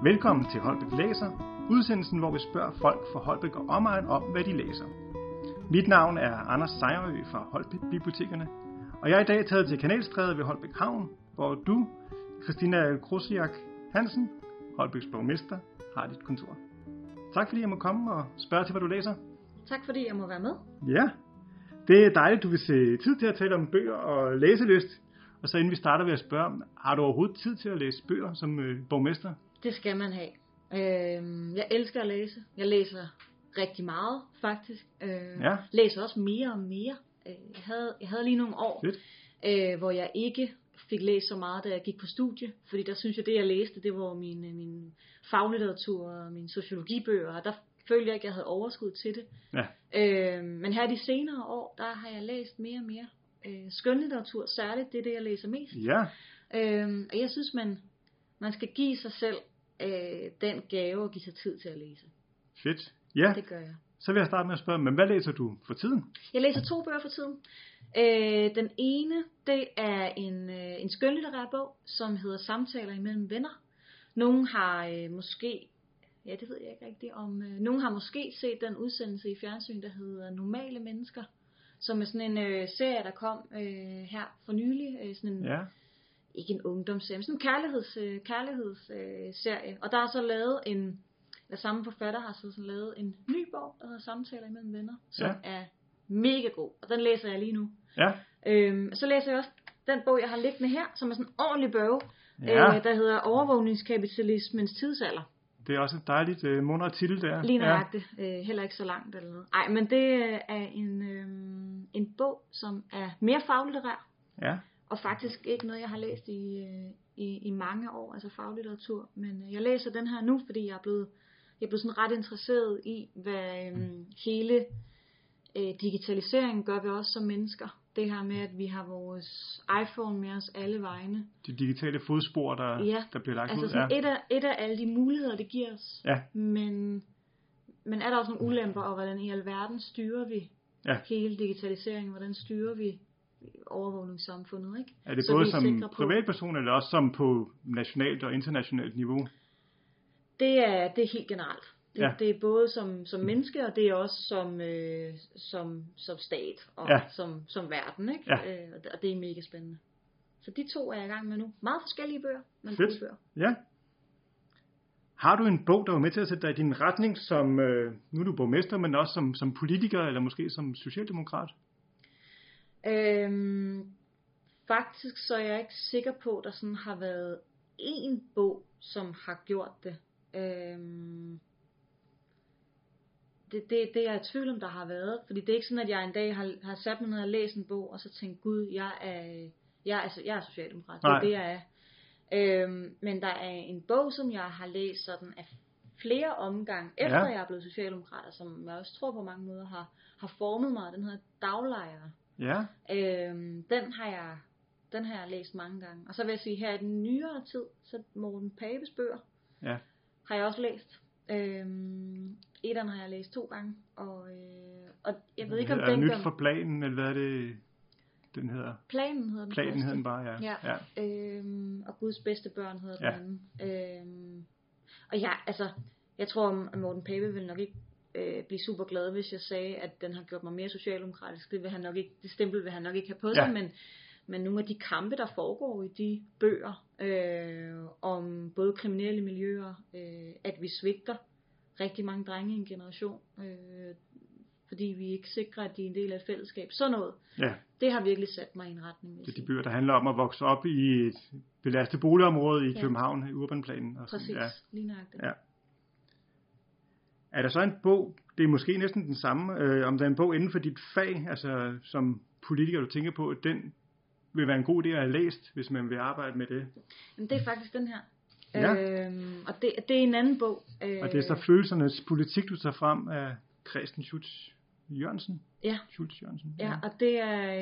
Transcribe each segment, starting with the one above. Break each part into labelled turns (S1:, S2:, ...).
S1: Velkommen til Holbæk Læser, udsendelsen hvor vi spørger folk fra Holbæk og omegn om, hvad de læser. Mit navn er Anders Sejrø fra Holbæk Bibliotekerne, og jeg er i dag taget til Kanalstræde ved Holbæk Havn, hvor du, Christina Krosiak Hansen, Holbæks borgmester, har dit kontor. Tak fordi jeg må komme og spørge til, hvad du læser.
S2: Tak fordi jeg må være med.
S1: Ja, det er dejligt, du vil se tid til at tale om bøger og læselyst. Og så inden vi starter, vil jeg spørge, har du overhovedet tid til at læse bøger som borgmester?
S2: Det skal man have. Jeg elsker at læse. Jeg læser rigtig meget, faktisk. Læser også mere og mere. Jeg havde lige nogle år, hvor jeg ikke fik læst så meget, da jeg gik på studie. Fordi der synes jeg, det jeg læste, det var min faglitteratur og mine sociologibøger. Og der følte jeg ikke, jeg havde overskud til det. Ja. Men her de senere år, der har jeg læst mere og mere. Skønlitteratur særligt, det er det, jeg læser mest.
S1: Ja.
S2: Og jeg synes, man skal give sig selv den gave og give sig tid til at læse.
S1: Fedt. Ja.
S2: Det gør jeg.
S1: Så vil jeg starte med at spørge, men hvad læser du for tiden?
S2: Jeg læser 2 bøger for tiden. Den ene, det er en skønlitterær bog, som hedder Samtaler imellem venner. Nogen har måske, ja det ved jeg ikke rigtigt om, nogen har måske set den udsendelse i fjernsyn, der hedder Normale Mennesker, som er sådan en serie, der kom her for nylig, sådan en, ikke en ungdomsserie, sådan en kærlighedsserie, og der er så lavet samme forfatter har så lavet en ny bog, der hedder Samtaler imellem venner, som er mega god, og den læser jeg lige nu.
S1: Ja.
S2: Så læser jeg også den bog, jeg har liggende her, som er sådan en ordentlig bog, der hedder Overvågningskapitalismens tidsalder.
S1: Det er også et dejligt mundret titel der.
S2: Lige nøjagtigt. Heller ikke så langt eller noget. Ej, men det er en bog, som er mere faglitterær.
S1: Ja.
S2: Og faktisk ikke noget, jeg har læst i mange år, altså faglitteratur. Men jeg læser den her nu, fordi jeg er blevet sådan ret interesseret i, hvad hele digitaliseringen gør ved os som mennesker. Det her med, at vi har vores iPhone med os alle vegne.
S1: De digitale fodspor, der bliver lagt
S2: altså
S1: ud.
S2: Sådan et af alle de muligheder, det giver os. Ja. Men er der også nogle ulemper, og hvordan i alverden styrer vi hele digitaliseringen? Hvordan styrer vi overvågningssamfundet? Ikke?
S1: Er det både som privatperson, eller også som på nationalt og internationalt niveau?
S2: Det er helt generelt. Det er både som menneske, og det er også som stat og som verden, ikke? Ja. Og det er mega spændende. Så de 2 er jeg i gang med nu. Meget forskellige bøger, men gode bøger.
S1: Ja. Har du en bog, der var med til at sætte dig i din retning som, nu er du borgmester, men også som politiker, eller måske som socialdemokrat?
S2: Faktisk så er jeg ikke sikker på, at der sådan har været én bog, som har gjort det. Det er jeg i tvivl om, der har været. Fordi det er ikke sådan, at jeg en dag har sat mig ned og læst en bog, og så tænkt, gud, jeg er socialdemokrat. Det er det, jeg er. Men der er en bog, som jeg har læst sådan af flere omgange, efter jeg er blevet socialdemokrat, og som jeg også tror på mange måder har formet mig. Den hedder Daglejere.
S1: Ja.
S2: Den har jeg læst mange gange. Og så vil jeg sige, her i den nyere tid, så Morten Papes bøger har jeg også læst. Etteren har jeg læst 2 gange, og jeg ved ikke om den
S1: nyt for planen, eller hvad er det den hedder?
S2: Planen hedder den.
S1: Planen hedder den bare, ja.
S2: Og Guds bedste børn hedder den anden. Og jeg tror at Morten Pape vil nok ikke blive super glad, hvis jeg sagde, at den har gjort mig mere socialdemokratisk. Det vil han nok ikke, det stempel vil han nok ikke have på sig, men nogle af de kampe, der foregår i de bøger om både kriminelle miljøer, at vi svigter rigtig mange drenge i en generation, fordi vi ikke sikrer, at de er en del af et fællesskab. Sådan noget. Ja. Det har virkelig sat mig i en retning.
S1: Det er de bøger, der handler om at vokse op i et belastet boligområde i København, i Urbanplanen. Og
S2: præcis, lige nøjagtigt.
S1: Ja. Er der så en bog, det er måske næsten den samme, om der er en bog inden for dit fag, altså som politiker, du tænker på, at den vil være en god idé at have læst, hvis man vil arbejde med det?
S2: Men det er faktisk den her. Ja. Og det er en anden bog.
S1: Og det er så Følelsernes politik, du tager frem af Christen Schultz Jørgensen.
S2: Ja.
S1: Schultz Jørgensen.
S2: Ja, og det er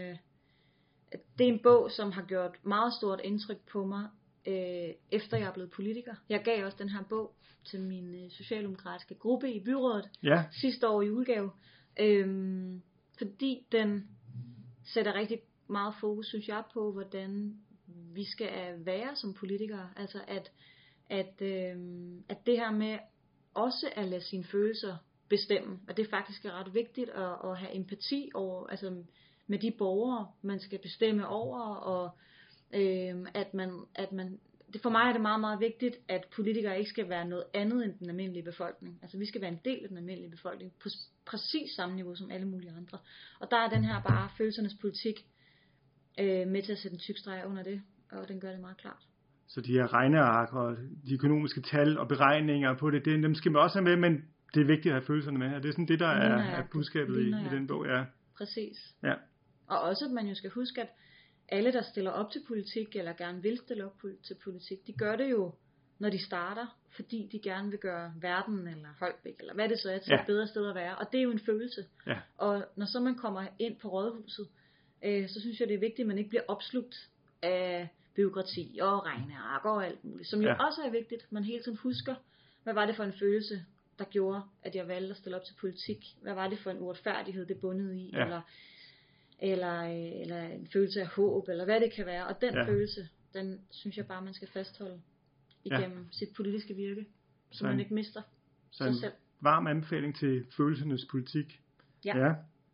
S2: en bog, som har gjort meget stort indtryk på mig, efter jeg er blevet politiker. Jeg gav også den her bog til min socialdemokratiske gruppe i byrådet sidste år i julegave, fordi den sætter rigtig meget fokus, synes jeg, på hvordan vi skal være som politikere. Altså at det her med også at lade sine følelser bestemme, at det faktisk er ret vigtigt at have empati over, altså med de borgere, man skal bestemme over, og at man det, for mig er det meget, meget vigtigt, at politikere ikke skal være noget andet end den almindelige befolkning. Altså vi skal være en del af den almindelige befolkning, på præcis samme niveau som alle mulige andre. Og der er den her bare følelsernes politik med til at sætte en tyk streg under det, og den gør det meget klart.
S1: Så de her regneark og de økonomiske tal og beregninger på det, dem skal man også have med, men det er vigtigt at have følelserne med. Det er sådan det, der er budskabet i den bog. Ja.
S2: Præcis.
S1: Ja.
S2: Og også, at man jo skal huske, at alle, der stiller op til politik, eller gerne vil stille op til politik, de gør det jo, når de starter, fordi de gerne vil gøre verden, eller Holbæk, eller hvad det så er, til et bedre sted at være. Og det er jo en følelse. Ja. Og når så man kommer ind på rådhuset, så synes jeg, det er vigtigt, at man ikke bliver opslugt af bureaukrati og regneark og alt muligt, som jo også er vigtigt. Man hele tiden husker, hvad var det for en følelse, der gjorde, at jeg valgte at stille op til politik? Hvad var det for en uretfærdighed, det bundet i? Eller en følelse af håb, eller hvad det kan være. Og den følelse, den synes jeg bare, man skal fastholde igennem sit politiske virke, så man ikke mister sig selv.
S1: Varm anbefaling til følelsernes politik. Ja.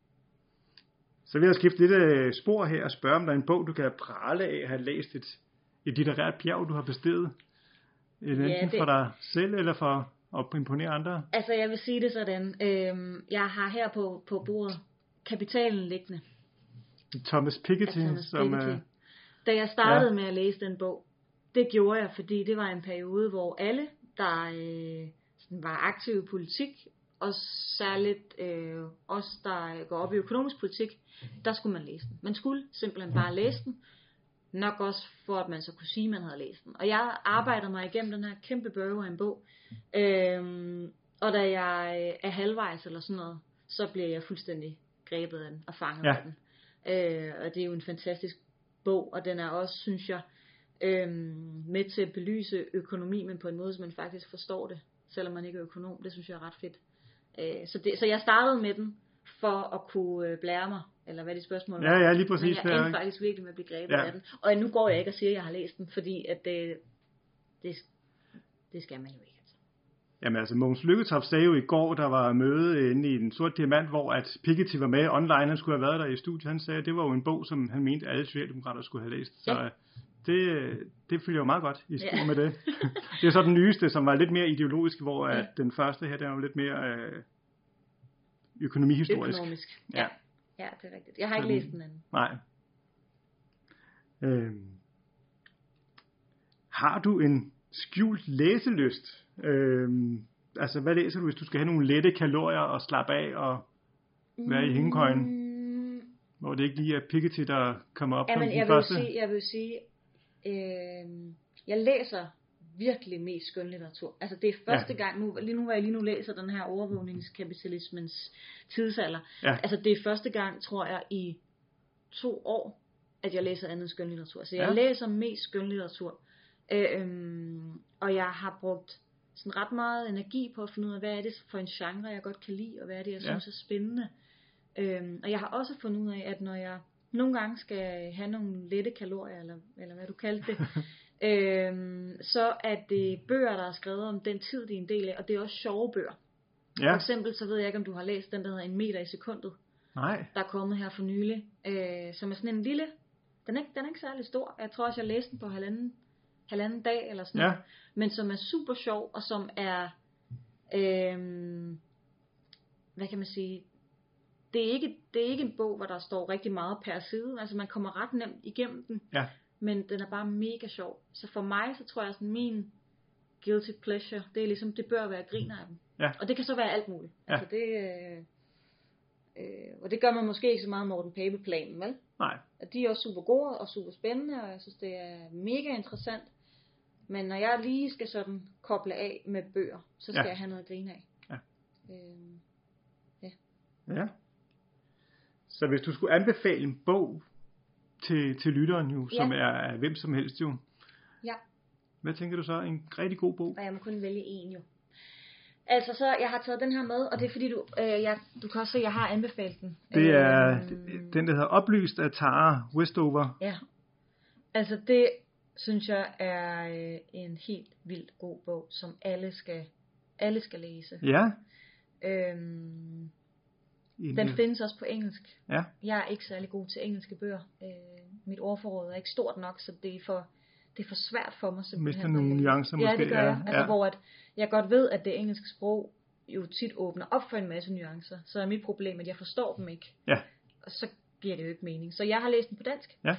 S1: Så vil jeg skifte lidt spor her og spørge, om der er en bog, du kan prale af at have læst et litterært bjerg, du har besteget. Enten for dig selv, eller for at imponere andre?
S2: Altså, jeg vil sige det sådan. Jeg har her på bordet Kapitalen liggende.
S1: Thomas Piketty.
S2: Da jeg startede med at læse den bog, det gjorde jeg, fordi det var en periode, hvor alle, der var aktive i politik, og særligt os, der går op i økonomisk politik, der skulle man læse den. Man skulle simpelthen bare læse den, nok også for at man så kunne sige, at man havde læst den. Og jeg arbejdede mig igennem den her kæmpe børge af en bog, og da jeg er halvvejs eller sådan noget, så bliver jeg fuldstændig grebet af den og fanget af den. Og det er jo en fantastisk bog, og den er også, synes jeg, med til at belyse økonomi, men på en måde, så man faktisk forstår det, selvom man ikke er økonom. Det synes jeg er ret fedt. Så jeg startede med den for at kunne blære mig, eller hvad det spørgsmål var.
S1: Ja, lige præcis.
S2: Men jeg endte faktisk virkelig med at blive grebet af den. Og nu går jeg ikke og siger, at jeg har læst den, fordi at det skal man jo ikke.
S1: Jamen altså, Mogens Lykketoft sagde jo i går, der var møde inde i Den Sorte Diamant, hvor at Piketty var med online, han skulle have været der i studiet. Han sagde, at det var jo en bog, som han mente, alle socialdemokrater skulle have læst. Så det følger jo meget godt i spil med det. Det er så den nyeste, som var lidt mere ideologisk, hvor at den første her, der er jo lidt mere økonomihistorisk.
S2: Økonomisk, ja, det er rigtigt. Jeg har ikke læst den anden.
S1: Nej. Har du en skjult læselyst? Altså, hvad læser du, hvis du skal have nogle lette kalorier og slappe af og være i hængekøjen? Hvor det ikke lige er Piketty, der kommer op som den første?
S2: Jeg vil sige, jeg læser virkelig mest skønlitteratur. Altså det er første gang, lige nu læser den her overvågningskapitalismens tidsalder. Ja. Altså det er første gang, tror jeg, i 2 år, at jeg læser andet skønlitteratur. Så jeg læser mest skønlitteratur. Og jeg har brugt sådan ret meget energi på at finde ud af, hvad er det for en genre, jeg godt kan lide, og hvad er det, jeg synes er spændende. Og jeg har også fundet ud af, at når jeg nogle gange skal have nogle lette kalorier, eller hvad du kaldte det, så er det bøger, der er skrevet om den tid, de er en del af, og det er også sjove bøger. Ja. For eksempel, så ved jeg ikke, om du har læst den, der hedder 1 meter i sekundet.
S1: Nej.
S2: Der er kommet her for nylig, som er sådan en lille, den er ikke særlig stor, jeg tror også, jeg læste den på halvanden dag, eller sådan noget, men som er super sjov, og som er, hvad kan man sige, det er ikke en bog, hvor der står rigtig meget per side, altså man kommer ret nemt igennem den, men den er bare mega sjov. Så for mig, så tror jeg, sådan min guilty pleasure, det er ligesom, det bør være griner af dem. Ja. Og det kan så være alt muligt. Ja. Altså det, og det gør man måske ikke så meget Morten Pape-planen, vel? Nej. Og de er også super gode og super spændende, og jeg synes, det er mega interessant. Men når jeg lige skal sådan koble af med bøger, så skal jeg have noget at grine af. Ja.
S1: Ja. Så hvis du skulle anbefale en bog til lytteren jo, som er hvem som helst jo. Ja. Hvad tænker du så? En rigtig god bog?
S2: Og jeg må kun vælge en jo. Altså så, jeg har taget den her med, og det er fordi du kan også se, at jeg har anbefalet den.
S1: Det er den, der hedder Oplyst af Tara Westover.
S2: Ja. Altså det synes jeg er en helt vildt god bog, som alle skal læse.
S1: Ja.
S2: Den findes også på engelsk.
S1: Ja.
S2: Jeg er ikke særlig god til engelske bøger. Mit ordforråd er ikke stort nok, så det er for svært for mig simpelthen.
S1: Mister nogle nuancer måske.
S2: Ja, det gør jeg. Altså, hvor jeg godt ved, at det engelske sprog jo tit åbner op for en masse nuancer. Så er mit problem, at jeg forstår dem ikke.
S1: Ja.
S2: Og så giver det jo ikke mening. Så jeg har læst den på dansk.
S1: Ja.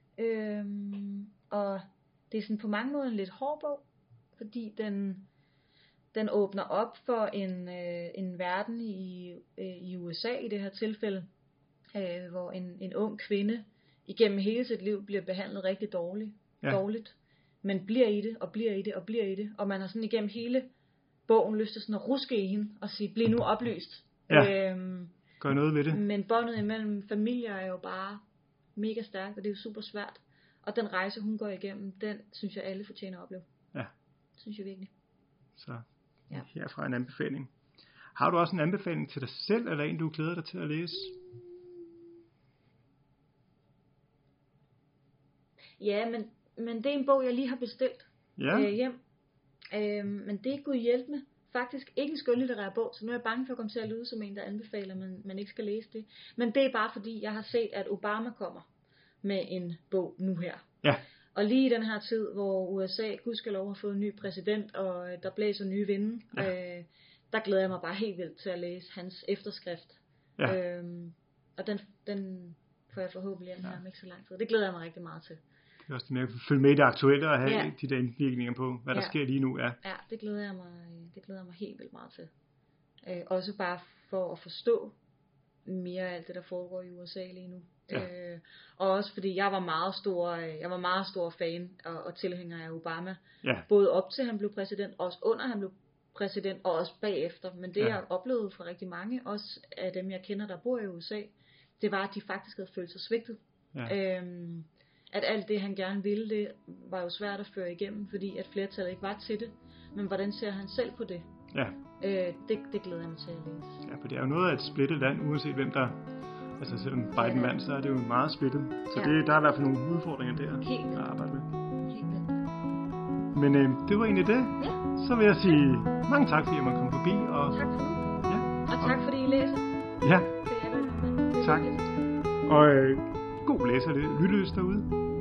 S2: Og det er sådan på mange måder en lidt hård bog, fordi den åbner op for en verden i USA i det her tilfælde, hvor en ung kvinde igennem hele sit liv bliver behandlet rigtig dårligt, men bliver i det, og bliver i det, og bliver i det, og man har sådan igennem hele bogen lyst til sådan at ruske i hende, og sige, bliv nu oplyst.
S1: Ja. Gør noget ved det.
S2: Men båndet imellem familier er jo bare mega stærkt, og det er jo super svært. Og den rejse, hun går igennem, den synes jeg, alle fortjener at opleve.
S1: Ja.
S2: Synes jeg virkelig.
S1: Så herfra en anbefaling. Har du også en anbefaling til dig selv, eller en, du glæder dig til at læse?
S2: Ja, men det er en bog, jeg lige har bestilt hjem. Men det er Gud hjælp med. Faktisk ikke en skønlitterær bog, så nu er jeg bange for at komme til at lyde som en, der anbefaler, men man ikke skal læse det. Men det er bare fordi, jeg har set, at Obama kommer med en bog nu her.
S1: Ja.
S2: Og lige i den her tid, hvor USA gudskelov har fået en ny præsident, og der blæser nye vinde, der glæder jeg mig bare helt vildt til at læse hans efterskrift.
S1: Ja.
S2: Og den får jeg forhåbentlig her om ikke så lang tid. Det glæder jeg mig rigtig meget til.
S1: Det er også det med at følge med i det aktuelle og have de der indvirkninger på, hvad der sker lige nu. Ja,
S2: det glæder jeg mig helt vildt meget til. Også bare for at forstå mere af alt det, der foregår i USA lige nu. Ja. Og også fordi jeg var meget stor fan og tilhænger af Obama. Ja. Både op til han blev præsident, også under han blev præsident, og også bagefter. Men det jeg oplevede fra rigtig mange, også af dem jeg kender, der bor i USA, det var, at de faktisk havde følt sig svigtet. Ja. At alt det han gerne ville, det var jo svært at føre igennem, fordi at flertallet ikke var til det. Men hvordan ser han selv på det? Ja. Det glæder jeg mig til at læse. Ja,
S1: for det er jo noget af et splittet land, uanset hvem der... Altså selvom Biden vandt, så er det jo meget splittet. Så der er i hvert fald nogle udfordringer der at arbejde med.
S2: Helt vildt.
S1: Men det var egentlig det. Ja. Så vil jeg sige mange tak, fordi jeg måtte komme forbi. Og,
S2: tak for det. Ja. Og tak fordi I læser.
S1: Ja.
S2: Det er det.
S1: Tak. Og god læser, lyttelyst derude.